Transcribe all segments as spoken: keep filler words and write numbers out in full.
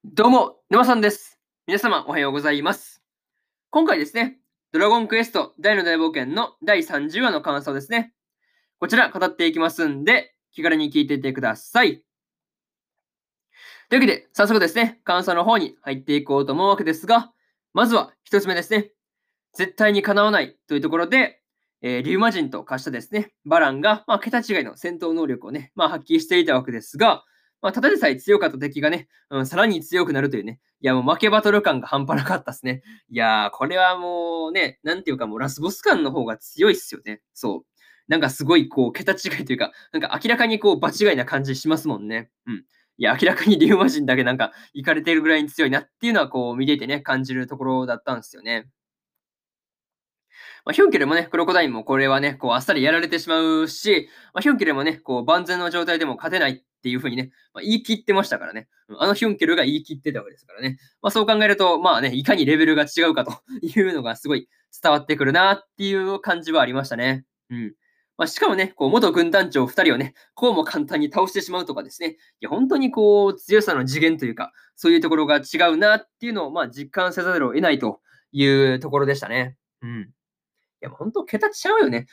どうも、沼さんです。皆様おはようございます。今回ですね、ドラゴンクエスト大の大冒険のだいさんじゅうわの感想ですね。こちら語っていきますんで、気軽に聞いていってください。というわけで、早速ですね、感想の方に入っていこうと思うわけですが、まずは一つ目ですね。絶対に叶わないというところで、えー、リュウマ人と化したですね、バランが、まあ、桁違いの戦闘能力をね、まあ、発揮していたわけですが、まあ、ただでさえ強かった敵がね、うん、さらに強くなるというね、いやもう負けバトル感が半端なかったですね。いやー、これはもうね、なんていうかもうラスボス感の方が強いっすよね。そう。なんかすごいこう、桁違いというか、なんか明らかにこう、場違いな感じしますもんね。うん。いや、明らかにリュウマ人だけなんか、いかれているぐらいに強いなっていうのはこう、見ていてね、感じるところだったんですよね。まあ、ヒュンケルもね、クロコダインもこれはね、こうあっさりやられてしまうし、まあ、ヒュンケルもね、こう万全の状態でも勝てないっていう風にね、まあ、言い切ってましたからね。あのヒュンケルが言い切ってたわけですからね。まあ、そう考えると、まあね、いかにレベルが違うかというのがすごい伝わってくるなっていう感じはありましたね。うん。まあ、しかもね、こう元軍団長ふたりをね、こうも簡単に倒してしまうとかですね、いや本当にこう強さの次元というか、そういうところが違うなっていうのをまあ実感せざるを得ないというところでしたね。うん。いや、もうほんと桁ちゃうよね。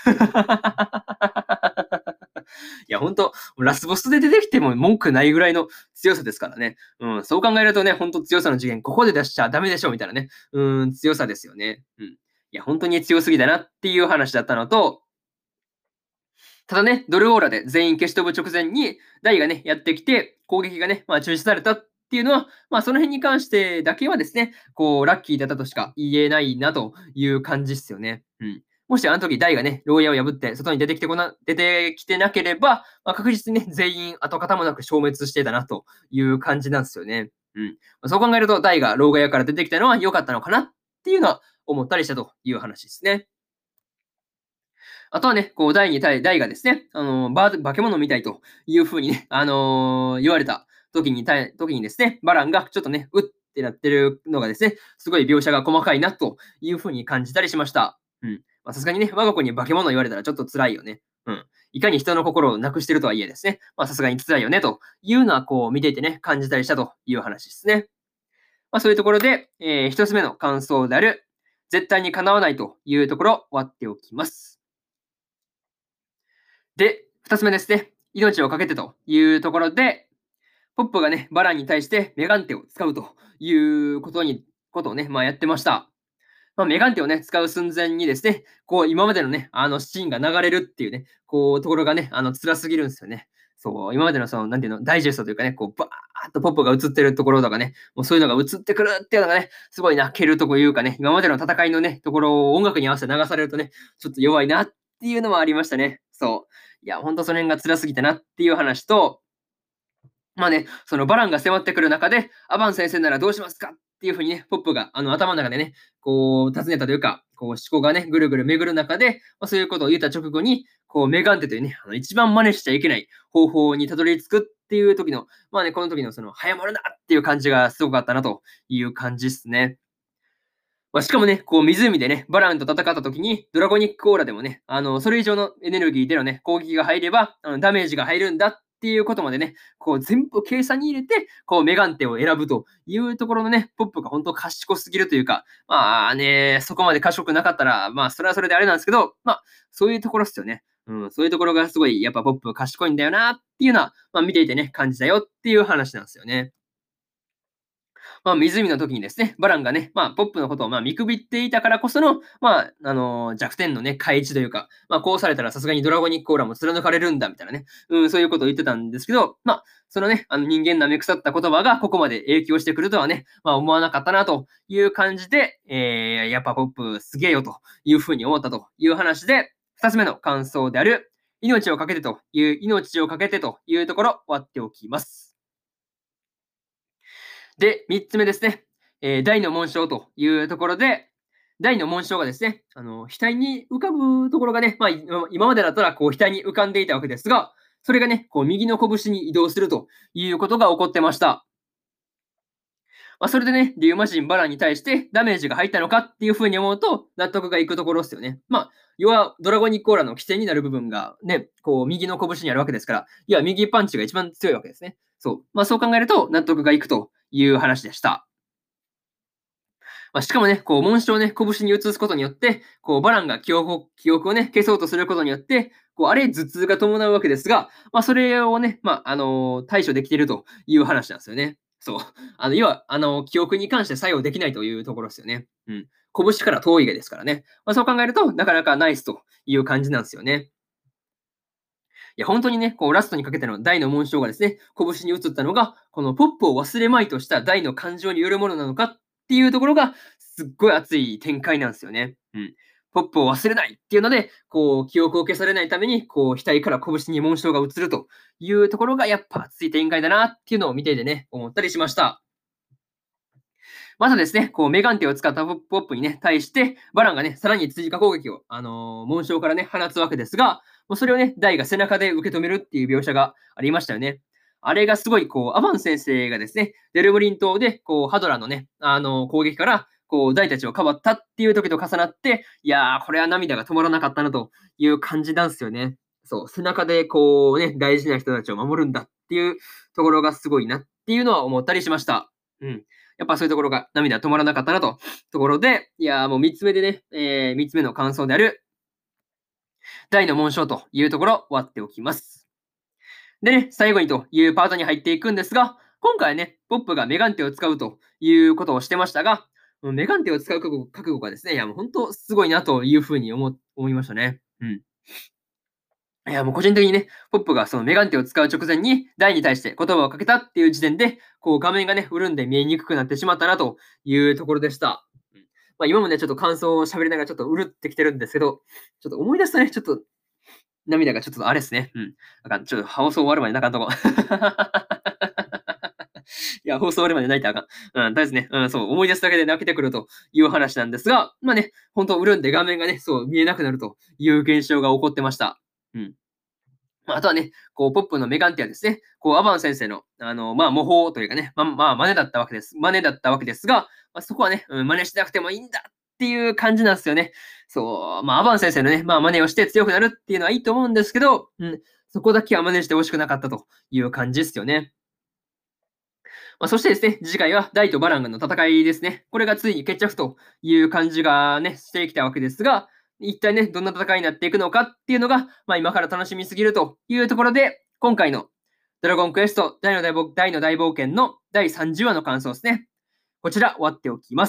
いや、ほんと、ラスボスで出てきても文句ないぐらいの強さですからね。うん、そう考えるとね、ほんと強さの次元、ここで出しちゃダメでしょみたいなね、うん、強さですよね。うん。いや、ほんとに強すぎだなっていう話だったのと、ただね、ドルオーラで全員消し飛ぶ直前に、ダイがね、やってきて、攻撃がね、まあ中止されたっていうのは、まあその辺に関してだけはですね、こう、ラッキーだったとしか言えないなという感じっすよね。うん。もしあの時ダイがね、牢屋を破って外に出てきてこな、出てきてなければ、まあ、確実にね、全員跡形もなく消滅してたなという感じなんですよね。うん。そう考えると、ダイが牢屋から出てきたのは良かったのかなっていうのは思ったりしたという話ですね。あとはね、こう、大に対、大がですね、あの、バ化け物みたいという風にね、あの、言われた時にたい時にですね、バランがちょっとね、うってなってるのがですね、すごい描写が細かいなという風に感じたりしました。うん。ま、さすがにね、我が子に化け物言われたらちょっと辛いよね。うん。いかに人の心をなくしてるとはいえですね、ま、さすがに辛いよねというのはこう見ていてね、感じたりしたという話ですね。ま、そういうところで、ええ、ひとつめの感想である、絶対に叶わないというところ、終わっておきます。で、二つ目ですね。命を懸けてというところで、ポップがね、バランに対してメガンテを使うということにことをね、まあ、やってました。まあ、メガンテをね、使う寸前にですね、こう今までのね、あのシーンが流れるっていうね、こうところがね、あの辛すぎるんですよね。そう、今までのその、なんていうの、ダイジェストというかね、こうバーっとポップが映ってるところとかね、もうそういうのが映ってくるっていうのがね、すごい泣けるとこいうかね、今までの戦いのね、ところを音楽に合わせて流されるとね、ちょっと弱いなっていうのもありましたね。そう。いや、ほんとその辺が辛すぎたなっていう話と、まあね、そのバランが迫ってくる中で、アバン先生ならどうしますかっていう風にね、ポップがあの頭の中でね、こう尋ねたというか、こう思考がね、ぐるぐる巡る中で、まあ、そういうことを言った直後に、こうメガンテというね、あの一番真似しちゃいけない方法にたどり着くっていう時の、まあね、この時のその早まるなっていう感じがすごかったなという感じですね。まあ、しかもね、こう湖でね、バランと戦った時に、ドラゴニックオーラでもね、あの、それ以上のエネルギーでのね、攻撃が入れば、あの、ダメージが入るんだっていうことまでね、こう全部計算に入れて、こうメガンテを選ぶというところのね、ポップが本当賢すぎるというか、まあね、そこまで賢くなかったら、まあそれはそれであれなんですけど、まあそういうところっすよね。うん、そういうところがすごい、やっぱポップ賢いんだよなっていうのは、まあ見ていてね、感じたよっていう話なんですよね。まあ、湖の時にですね、バランがね、まあ、ポップのことをまあ見くびっていたからこその、まあ、あの弱点のね、開示というか、まあ、こうされたらさすがにドラゴニックオーラも貫かれるんだみたいなね、うん、そういうことを言ってたんですけど、まあ、そのね、あの人間なめ腐った言葉がここまで影響してくるとはね、まあ、思わなかったなという感じで、えー、やっぱポップすげえよというふうに思ったという話で、二つ目の感想である、命をかけてという、命をかけてというところ、終わっておきます。で、みっつめですね。えー大の紋章というところで、大の紋章がですね、あの、額に浮かぶところがね、まあ、今今までだったらこう額に浮かんでいたわけですが、それがね、こう右の拳に移動するということが起こってました。まあ、それでね、リュウマ人バランに対してダメージが入ったのかっていうふうに思うと、納得がいくところですよね。まあ、要はドラゴニックオーラの起点になる部分がね、こう右の拳にあるわけですから、いや、右パンチが一番強いわけですね。そう。まあ、そう考えると納得がいくという話でした。まあ、しかもね、こう、紋章をね、拳に移すことによって、こう、バランが記憶を記憶をね、消そうとすることによって、こう、あれ、頭痛が伴うわけですが、まあ、それをね、まあ、あの、対処できているという話なんですよね。そう。あの、要は、あの、記憶に関して作用できないというところですよね。うん。拳から遠いですからね。まあ、そう考えると、なかなかナイスという感じなんですよね。いや、本当にね、こうラストにかけての大の紋章がですね、拳に移ったのが、このポップを忘れまいとした大の感情によるものなのかっていうところが、すっごい熱い展開なんですよね。うん。ポップを忘れないっていうので、こう記憶を消されないために、こう額から拳に紋章が移るというところがやっぱ熱い展開だなっていうのを見ていてね、思ったりしました。またですね、こうメガンテを使ったポップオップにね、対して、バランがね、さらに追加攻撃を、あのー紋章からね、放つわけですが、もうそれをね、ダイが背中で受け止めるっていう描写がありましたよね。あれがすごい、こう、アバン先生がですね、デルブリン島で、こう、ハドラーのね、あのー攻撃から、こう、ダイたちをかばったっていう時と重なって、いやー、これは涙が止まらなかったなという感じなんですよね。そう、背中でこうね、大事な人たちを守るんだっていうところがすごいなっていうのは思ったりしました。うん。やっぱそういうところが涙止まらなかったなと。ところで、いや、もうみっつめでね、えー、みっつめの感想である、大の紋章というところ、終わっておきます。でね、最後にというパートに入っていくんですが、今回はね、ポップがメガンテを使うということをしてましたが、メガンテを使う覚悟覚悟がですね、いやもう本当すごいなというふうに思思いましたね。うん。いや、もう個人的にね、ポップがそのメガンテを使う直前に、ダイに対して言葉をかけたっていう時点で、こう画面がね、潤んで見えにくくなってしまったなというところでした。うん。まあ、今もね、ちょっと感想を喋りながらちょっとうるってきてるんですけど、ちょっと思い出すとね、ちょっと涙がちょっとあれですね。うん。なんかちょっと放送終わるまで泣かんとこ。いや、放送終わるまで泣いたらあかん。うん、とりあえずね、うん、そう、思い出すだけで泣けてくるという話なんですが、まあね、本当潤んで画面がね、そう見えなくなるという現象が起こってました。うん。まあ、あとはね、こう、ポップのメガンティアですね。こう、アバン先生の、あの、まあ、模倣というかね、まあ、まあ、真似だったわけです。真似だったわけですが、まあ、そこはね、うん、真似しなくてもいいんだっていう感じなんですよね。そう、まあ、アバン先生のね、まあ、真似をして強くなるっていうのはいいと思うんですけど、うん、そこだけは真似してほしくなかったという感じですよね。まあ、そしてですね、次回はダイとバランガの戦いですね。これがついに決着という感じがね、してきたわけですが、一体ね、どんな戦いになっていくのかっていうのが、まあ、今から楽しみすぎるというところで、今回のドラゴンクエスト大の大冒大の大冒険のだいさんじゅうわの感想ですね。こちら終わっておきます。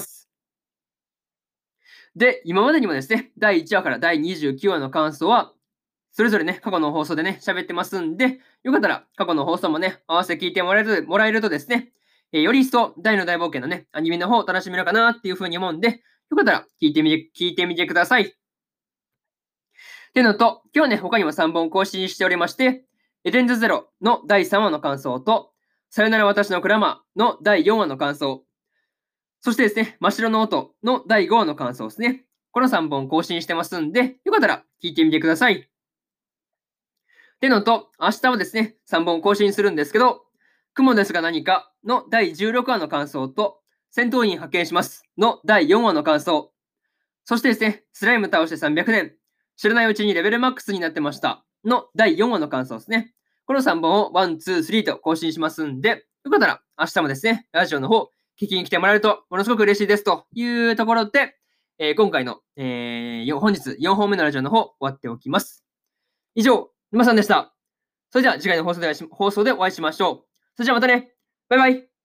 で、今までにもですね、だいいちわからだいにじゅうきゅうわの感想は、それぞれね、過去の放送でね、喋ってますんで、よかったら過去の放送もね、合わせて聞いてもらえるもらえるとですね、えーより一層大の大冒険のね、アニメの方を楽しめるかなっていうふうに思うんで、よかったら聞いてみて、聞いてみてください。っていうのと、今日ね、他にもさんぼん更新しておりまして、エデンズゼロのだいさんわの感想と、さよなら私のクラマーのだいよんわの感想、そしてですね、真っ白の音のだいごわの感想ですね。このさんぼん更新してますんで、よかったら聞いてみてください。ってのと、明日はですね、さんぼん更新するんですけど、雲ですが何かのだいじゅうろくわの感想と、戦闘員派遣しますのだいよんわの感想、そしてですね、スライム倒してさんびゃくねん、知らないうちにレベルマックスになってましたのだいよんわの感想ですね。このさんぼんをいち、に、さんと更新しますんで、よかったら明日もですね、ラジオの方、聞きに来てもらえるとものすごく嬉しいですというところで、えー今回の、えー本日よんほんめのラジオの方、終わっておきます。以上、沼さんでした。それでは次回の放送でお会いし放送でお会いしましょう。それじゃあまたね。バイバイ。